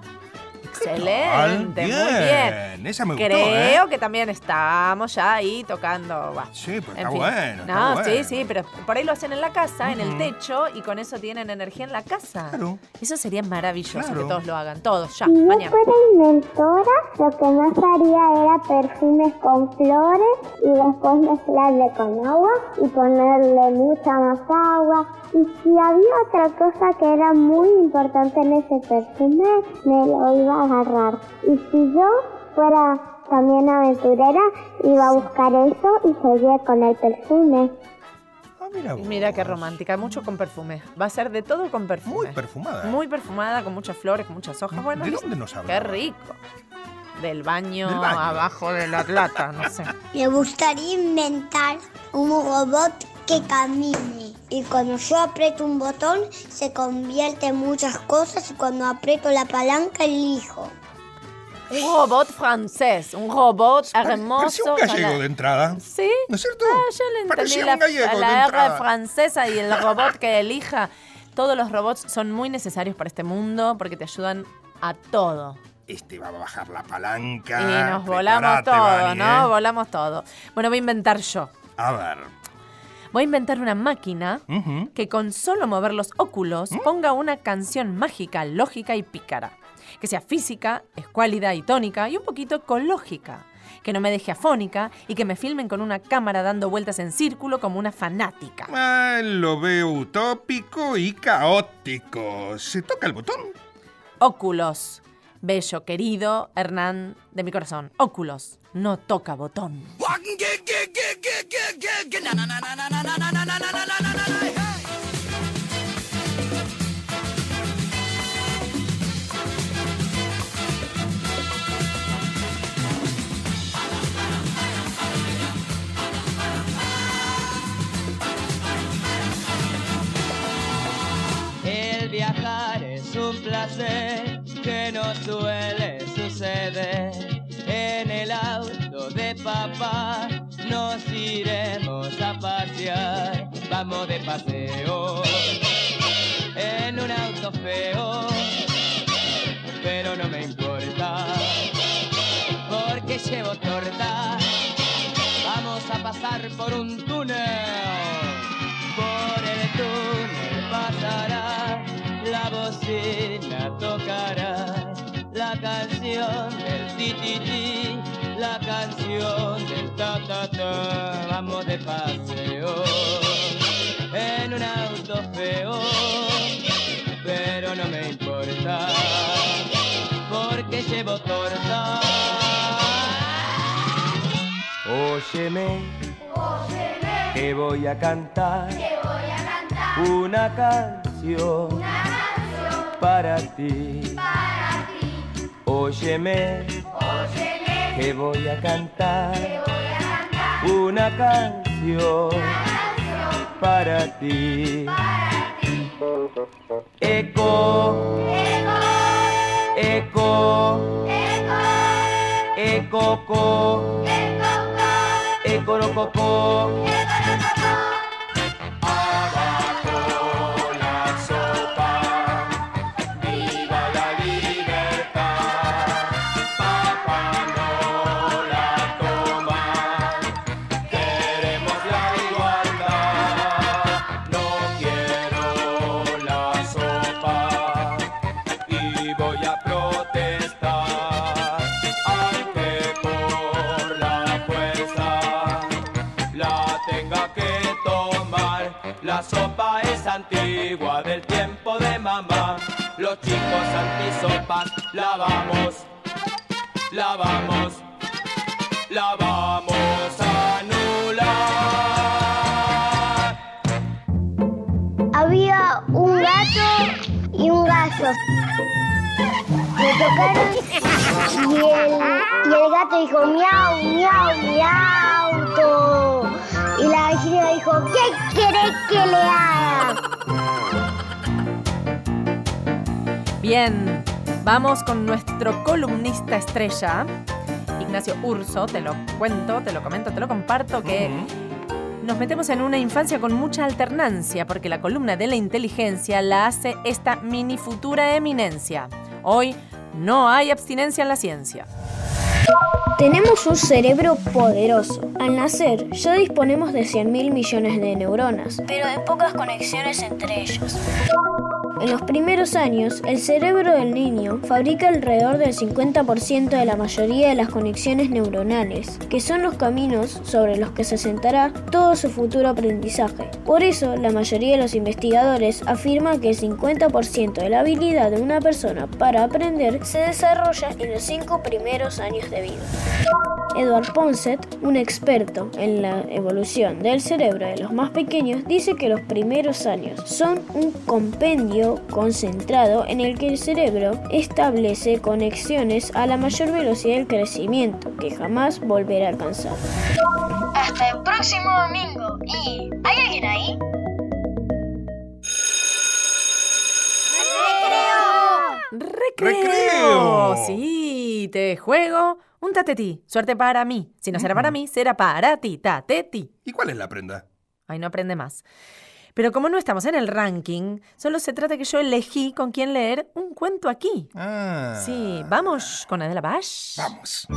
Excelente, Bien. muy bien. Esa me gustó, Creo ¿eh? que también estamos ya ahí tocando. Bah. Sí, pues En está fin. bueno. está No, bueno. sí, sí, pero por ahí lo hacen en la casa, en el Ujú. techo, y con eso tienen energía en la casa. Claro. Eso sería maravilloso Claro. que todos lo hagan, todos, ya, Si yo mañana. fuera inventora, lo que más haría era perfumes con flores y después mezclarle con agua y ponerle mucha más agua. Y si había otra cosa que era muy importante en ese perfume, me lo iba a agarrar. Y si yo fuera también aventurera, iba a buscar eso y seguir con el perfume. Ah, mira vos. Mira qué romántica, mucho con perfume. Va a ser de todo con perfume. Muy perfumada. Muy perfumada, con muchas flores, con muchas hojas. Bueno, ¿De ¿viste? dónde nos Qué habla? rico. Del baño, Del baño. abajo de la plata, no sé. Me gustaría inventar un robot que camine. Y cuando yo aprieto un botón, se convierte en muchas cosas y cuando aprieto la palanca, elijo. Un robot francés, un robot hermoso. Parecía un gallego con la- de entrada. ¿Sí? ¿No es cierto? Ah, yo le entendí Parecía la, un gallego de la R entrada. francesa y el robot que elija. Todos los robots son muy necesarios para este mundo porque te ayudan a todo. Este va a bajar la palanca. Y nos volamos Preparate, todo, Vani, ¿no? ¿eh? Volamos todo. Bueno, voy a inventar yo. A ver. Voy a inventar una máquina Ujú. que con solo mover los óculos ponga una canción mágica, lógica y pícara. Que sea física, escuálida y tónica y un poquito ecológica. Que no me deje afónica y que me filmen con una cámara dando vueltas en círculo como una fanática. Ah, lo veo utópico y caótico. ¿Se toca el botón? Óculos. Bello, querido Hernán de mi corazón. Óculos. No toca botón. El viajar es un placer que no suele suceder. En el auto de papá nos iremos a pasear. Vamos de paseo en un auto feo, pero no me importa porque llevo torta. Vamos a pasar por un túnel. Por el túnel pasará, la bocina tocará la canción del ti-ti-ti, la canción del ta-ta-ta. Vamos de paseo en un auto feo, pero no me importa porque llevo torta. Óyeme, que voy a cantar, una canción, para ti. Óyeme, que voy a cantar, una canción, para ti. Eco, eco, eco, eco, eco, Abajo la sopa, viva la libertad. Papá no la toma, queremos la igualdad. No quiero la sopa y voy a protestar, aunque por la fuerza la tenga que tomar. La sopa es antigua del tiempo de mamá. los chicos antisopas. La vamos, la vamos, la vamos a anular. Había un gato y un gato. Me tocaron y el, y el gato dijo miau, miau, miau, todo. Y la gallina dijo, ¿qué querés que le haga? Bien, vamos con nuestro columnista estrella, Ignacio Urso. Te lo cuento, te lo comento, te lo comparto, que nos metemos en una infancia con mucha alternancia, porque la columna de la inteligencia la hace esta mini futura eminencia. Hoy no hay abstinencia en la ciencia. Tenemos un cerebro poderoso. Al nacer ya disponemos de cien mil millones de neuronas, pero de pocas conexiones entre ellos. En los primeros años, el cerebro del niño fabrica alrededor del cincuenta por ciento de la mayoría de las conexiones neuronales, que son los caminos sobre los que se sentará todo su futuro aprendizaje. Por eso, la mayoría de los investigadores afirma que el cincuenta por ciento de la habilidad de una persona para aprender se desarrolla en los cinco primeros años de vida. Edward Ponset, un experto en la evolución del cerebro de los más pequeños, dice que los primeros años son un compendio concentrado en el que el cerebro establece conexiones a la mayor velocidad del crecimiento, que jamás volverá a alcanzar. Hasta el próximo domingo. ¿Y hay alguien ahí? ¡Recreo! ¡Recreo! Sí, te juego un tatetí. Suerte para mí. Si no será para mí, será para ti. Tatetí. ¿Y cuál es la prenda? Ay, no aprende más. Pero como no estamos en el ranking, solo se trata que yo elegí con quién leer un cuento aquí. Ah. Sí, vamos con Adela Bash. Vamos.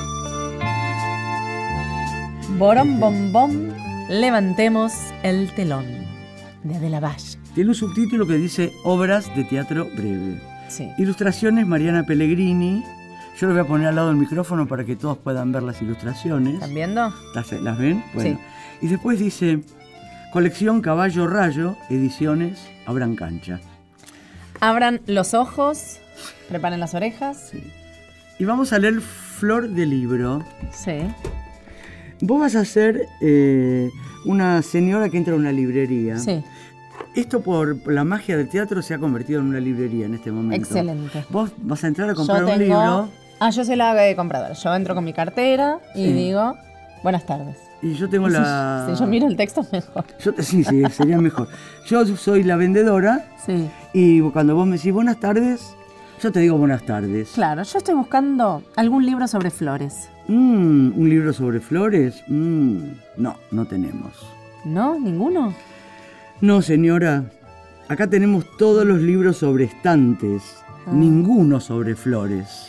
Borom bom bom, levantemos el telón, de Adela Bash. Tiene un subtítulo que dice Obras de teatro breve. Sí. Ilustraciones Mariana Pellegrini. Yo lo voy a poner al lado del micrófono para que todos puedan ver las ilustraciones. ¿Están viendo? ¿Las, las ven? Bueno. Sí. Y después dice Colección Caballo Rayo, ediciones Abran Cancha. Abran los ojos, preparen las orejas. Sí. Y vamos a leer Flor de Libro. Sí. Vos vas a ser eh, una señora que entra a una librería. Sí. Esto por la magia del teatro se ha convertido en una librería en este momento. Excelente. Vos vas a entrar a comprar yo un tengo... libro. Ah, yo soy la eh, compradora. Yo entro con mi cartera y Sí. digo, buenas tardes. Y yo tengo la... Si yo miro el texto, mejor. Yo te- sí, sí, sería mejor. Yo soy la vendedora. Sí. Y cuando vos me decís buenas tardes, yo te digo buenas tardes. Claro, yo estoy buscando algún libro sobre flores. Mm, ¿un libro sobre flores? Mm, no, no tenemos. ¿No? ¿Ninguno? No, señora. Acá tenemos todos los libros sobre estantes. Ah. Ninguno sobre flores.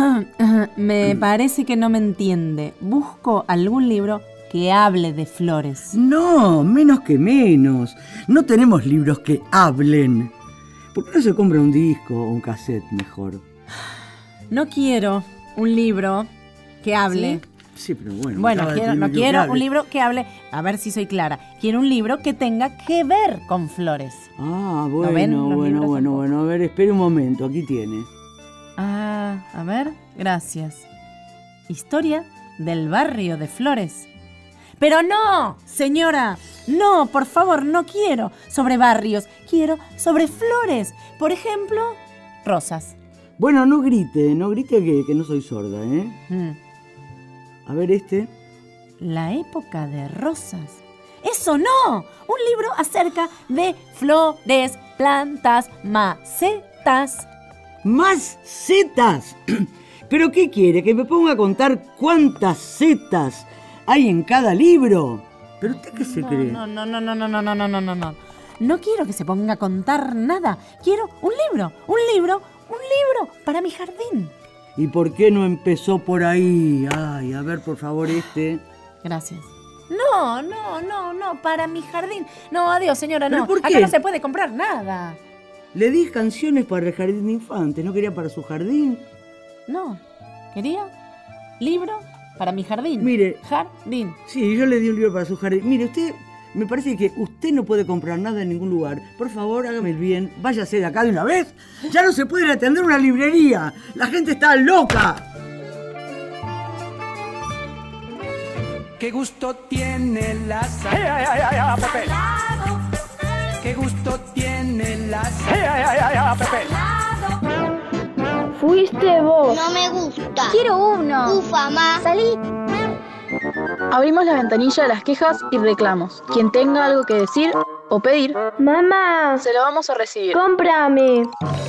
Me parece que no me entiende. Busco algún libro que hable de flores. No, menos que menos. No tenemos libros que hablen. ¿Por qué no se compra un disco o un cassette mejor? No quiero un libro que hable. Sí, pero bueno. Bueno, acaba de quiero, decir no un libro quiero que hable. un libro que hable. A ver si soy clara. Quiero un libro que tenga que ver con flores. Ah, ¿No ven bueno, los bueno, libros bueno, tampoco? bueno. A ver, espere un momento. Aquí tiene. Ah, a ver, gracias. Historia del barrio de Flores. Pero no, señora, no, por favor, no quiero sobre barrios, quiero sobre flores. Por ejemplo, rosas. Bueno, no grite, no grite que, que no soy sorda, ¿eh? Mm. A ver este. La época de rosas. ¡Eso no! Un libro acerca de flores, plantas, macetas. ¡Más setas! ¿Pero qué quiere? ¿Que me ponga a contar cuántas setas hay en cada libro? ¿Pero usted qué se no, cree? No, no, no, no, no, no, no, no, no, no, no. No quiero que se ponga a contar nada. Quiero un libro, un libro, un libro para mi jardín. ¿Y por qué no empezó por ahí? Ay, a ver, por favor, este. Gracias. No, no, no, no, para mi jardín. No, adiós, señora, ¿Pero no. por Acá qué? no se puede comprar nada. Le di canciones para el jardín de infantes, ¿no quería para su jardín? No, quería libro para mi jardín. Mire. Jardín. Sí, yo le di un libro para su jardín. Mire, usted Me parece que usted no puede comprar nada en ningún lugar. Por favor, hágame el bien, váyase de acá de una vez. Ya no se puede atender una librería. La gente está loca. ¿Qué gusto tiene la sal? ¡Ay, ay, ay, ay, ay, Pepe! ¿Qué gusto tiene la sal? ¡Ay, ay, ay, ay, ay, Pepe! Fuiste vos. No me gusta. Quiero uno. Ufa, ma. Salí. Abrimos la ventanilla de las quejas y reclamos. Quien tenga algo que decir o pedir, Mamá, se lo vamos a recibir. cómprame.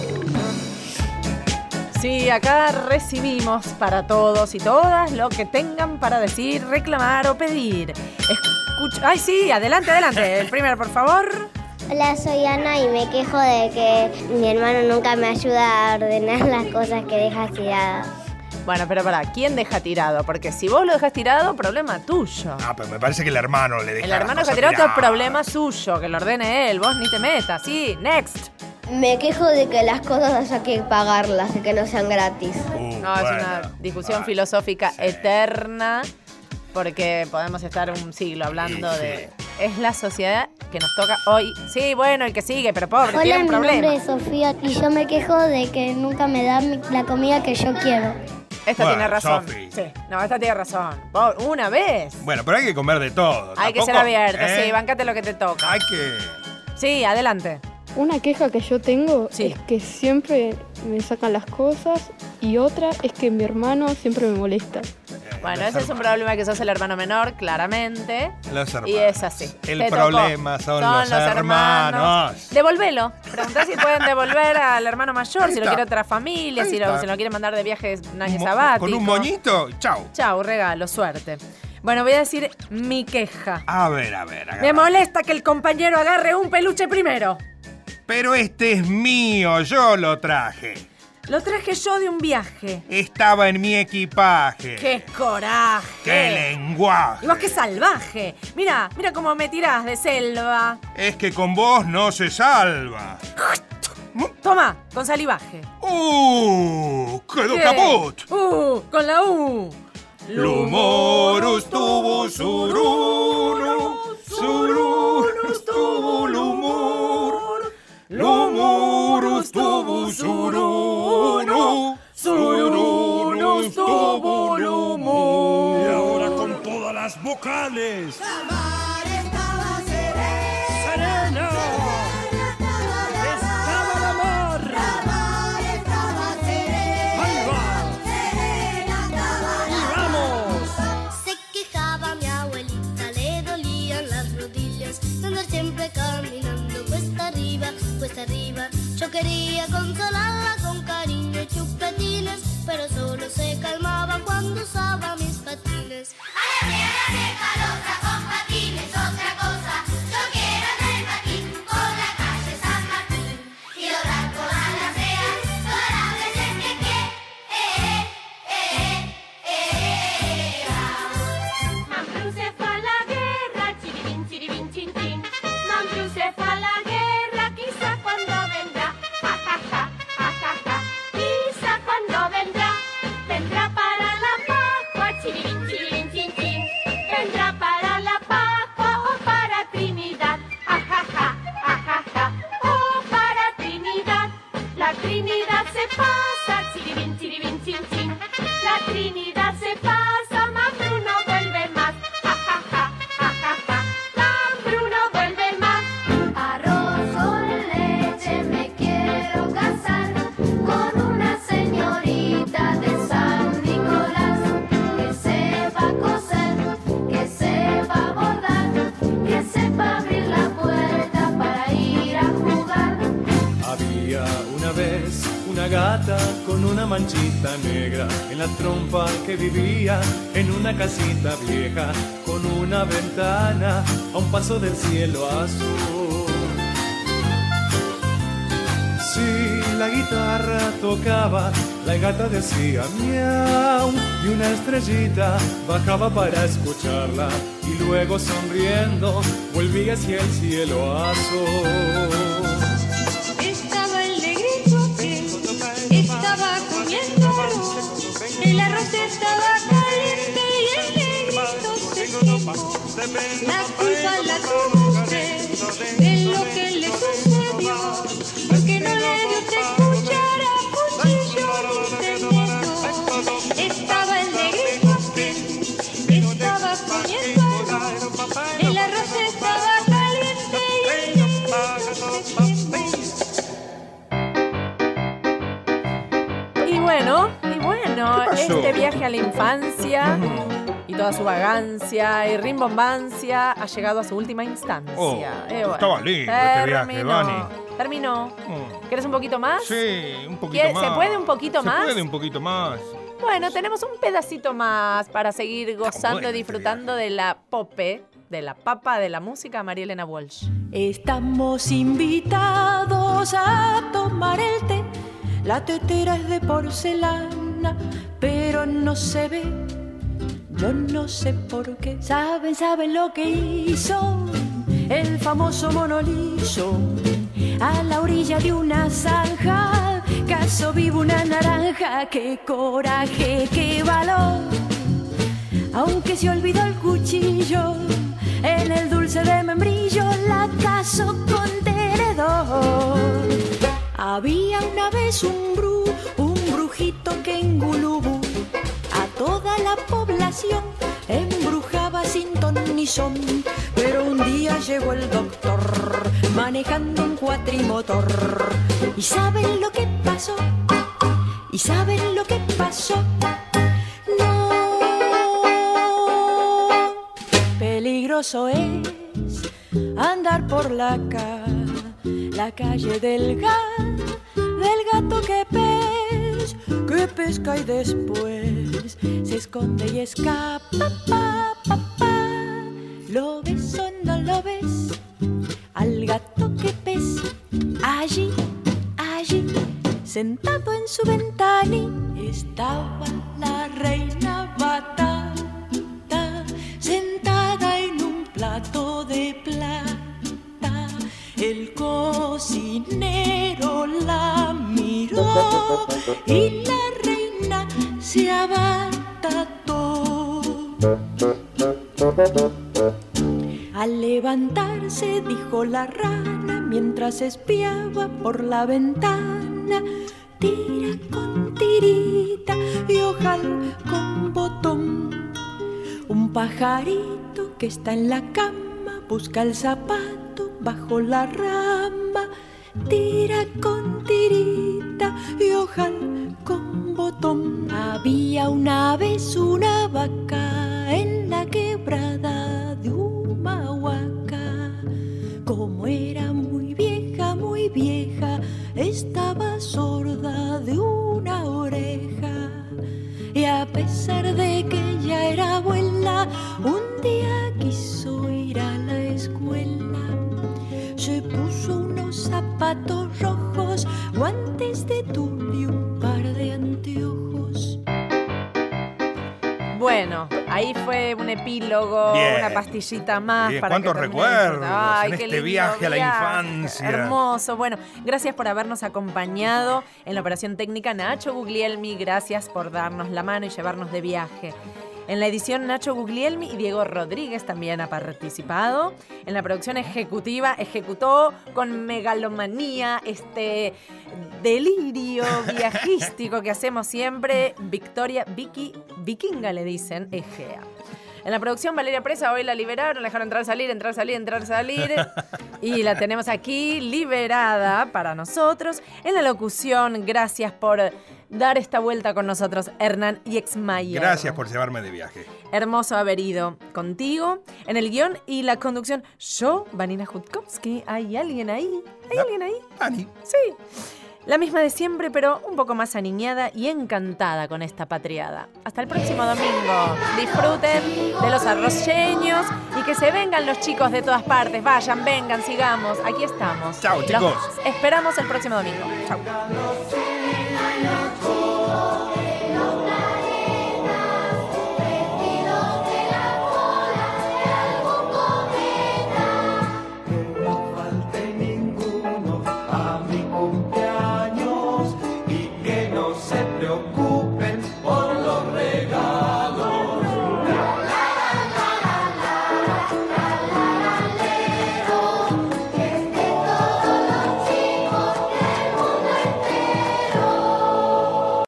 Sí, acá recibimos para todos y todas lo que tengan para decir, reclamar o pedir. Escucha... Ay, sí, adelante, adelante. El primero, por favor. Hola, soy Ana y me quejo de que mi hermano nunca me ayuda a ordenar las cosas que deja tiradas. Bueno, pero pará, ¿quién deja tirado? Porque si vos lo dejas tirado, problema tuyo. Ah, pero me parece que el hermano le deja El las hermano cosas que tirado tiradas. es problema suyo, que lo ordene él. Vos ni te metas, sí, next. Me quejo de que las cosas haya que pagarlas, de que no sean gratis. Uh, No, es una discusión filosófica eterna, porque podemos estar un siglo hablando de... Es la sociedad que nos toca hoy. Sí, bueno, el que sigue, pero pobre, Hola, tiene un mi problema. nombre es Sofía y yo me quejo de que nunca me dan mi- la comida que yo quiero. Esta Bueno, tiene razón. Sofi. Sí, no, esta tiene razón. Por una vez. Bueno, pero hay que comer de todo. Hay que tampoco, ser abierto, ¿eh? sí, bancate lo que te toca. Hay que... Sí, adelante. Una queja que yo tengo Sí. es que siempre me sacan las cosas y otra es que mi hermano siempre me molesta. Bueno, ese es un problema que sos el hermano menor, claramente. Los hermanos. Y es así. El Te problema tocó. son, los, hermanos. Devolvelo. Preguntá si pueden devolver al hermano mayor, Ahí si lo está. quiere otra familia, Ahí si lo, está. si lo quiere mandar de viaje un año Mo- sabático. Con un moñito, chau. Chau, regalo, suerte. Bueno, voy a decir mi queja. A ver, a ver, Me agarra. molesta que el compañero agarre un peluche primero. Pero este es mío, yo lo traje. Lo traje yo de un viaje. Estaba en mi equipaje. ¡Qué coraje! ¡Qué lenguaje! Y vos qué salvaje. Mira, mira cómo me tirás de selva. Es que con vos no se salva. Toma, con salivaje. ¡Uh! ¡Quedó ¿Qué? caput! ¡Uh! Con la U. Lumorus tuvo surunu, surunus tuvo lumur, lumurus tuvo surunu, surunus tuvo lumur. Y ahora con todas las vocales. ¡Serena! ¡Estaba la mar! ¡Ahí va! ¡Y vamos! Se quejaba mi abuelita, le dolían las rodillas, de andar siempre caminando cuesta arriba, cuesta arriba. Yo quería consolarla con cariño y chupetines, pero solo se calmaba cuando usaba mis patines. Con patines, otra cosa. Yo quiero andar en patín por la calle San Martín y lograr todas las feas, todas las veces que quiera. Eh, eh, eh, eh, Mambrú se fue a la guerra, chiribín, chiribín, chin, chin. Mambrú se fue a la guerra, quizá cuando vendrá. Ja, ja, ja, ja, ja, ja. Quizá cuando vendrá, vendrá para la Pascua, chiribín, chiribín, chin, chin. Vendrá para la Pascua o para Trinidad. Ja, ja, ja, ja, ja, ja. O para Trinidad. La Trinidad se pasa, chiribín, chiribín, chin, chin. La Trinidad se pasa, Mambrú no vuelve más. Ja, ja, ja, ja, ja, ja. Mambrú no vuelve más. Arroz con leche me quiero casar con una señorita de San Nicolás que sepa coser, que sepa bordar, que sepa abrir la puerta para ir a jugar. Había una vez una gata con una manchita negra en la trompa que vivía en una casita vieja con una ventana a un paso del cielo azul. Si la guitarra tocaba, la gata decía miau y una estrellita bajaba para escucharla y luego sonriendo volvía hacia el cielo azul. Estaba el negrito que estaba comiendo arroz. El arroz estaba caliente y el negrito se quemó. La culpa la tuvo usted de lo que le sucedió, porque no le dio tres cucharas, cuchillo ni tenedor. Estaba el negrito aquel, estaba poniendo arroz, el arroz estaba caliente y el negro se quemó. Y bueno, y bueno, este viaje a la infancia y toda su vagancia y rimbombancia ha llegado a su última instancia. Oh, Eh, bueno, estaba lindo este viaje, Vani. Terminó. Mm. ¿Querés un poquito más? Sí, un poquito ¿Quie- más. ¿Se puede un poquito más? Se puede un poquito más. Bueno, tenemos un pedacito más para seguir gozando bueno y disfrutando de la pope, de la papa de la música, María Elena Walsh. Estamos invitados a tomar el té. La tetera es de porcelana, pero no se ve. Yo no sé por qué. Saben, saben lo que hizo el famoso monoliso a la orilla de una zanja. Caso vivo una naranja. Qué coraje, qué valor. Aunque se olvidó el cuchillo en el dulce de membrillo, la casó con tenedor. Había una vez un bru, un brujito que en Gulubú a toda la población embrujaba sin ton ni son. Pero un día llegó el doctor manejando un cuatrimotor. ¿Y saben lo que pasó? ¿Y saben lo que pasó? No. Peligroso es andar por la ca, la calle del gato, del gato que pez, que pesca y después se esconde y escapa. Pa, pa, pa. ¿Lo ves o no lo ves? Al gato que pez, allí, allí, sentado en su ventana, estaba la reina batata, sentada en un plato de plata. El cocinero la miró y la reina se abatató. Al levantarse dijo la rana mientras espiaba por la ventana: tira con tirita y ojal con botón. Un pajarito que está en la cama busca el zapato bajo la rama. Tira con tirita y ojal con botón. Había una vez una vaca en la quebrada de Humahuaca. Como era muy vieja, muy vieja, estaba sorda de una oreja. Y a pesar de que ya era abuela, un día quiso ir a la escuela. Se puso unos zapatos rojos, guantes de tul y un par de anteojos. Bueno, ahí fue un epílogo, Bien. una pastillita más. Bien, para cuántos que termine. recuerdos Ay, en qué este lindo viaje a la viaje. infancia. Hermoso. Bueno, gracias por habernos acompañado en la operación técnica Nacho Guglielmi. Gracias por darnos la mano y llevarnos de viaje. En la edición Nacho Guglielmi y Diego Rodríguez también ha participado. En la producción ejecutiva ejecutó con megalomanía este delirio viajístico que hacemos siempre Victoria Vicky Vikinga, le dicen, Egea. En la producción Valeria Presa, hoy la liberaron, la dejaron entrar, salir, entrar, salir, entrar, salir. Y la tenemos aquí liberada para nosotros. En la locución, gracias por dar esta vuelta con nosotros, Hernán Yexmayer. Gracias por llevarme de viaje. Hermoso haber ido contigo. En el guión y la conducción, yo, Vanina Jutkowski. ¿Hay alguien ahí? ¿Hay La- alguien ahí? Vani. Sí. La misma de siempre, pero un poco más aniñada y encantada con esta patriada. Hasta el próximo domingo. Disfruten de los arroceños y que se vengan los chicos de todas partes. Vayan, vengan, sigamos. Aquí estamos. Chao, chicos. Los esperamos el próximo domingo. Chao.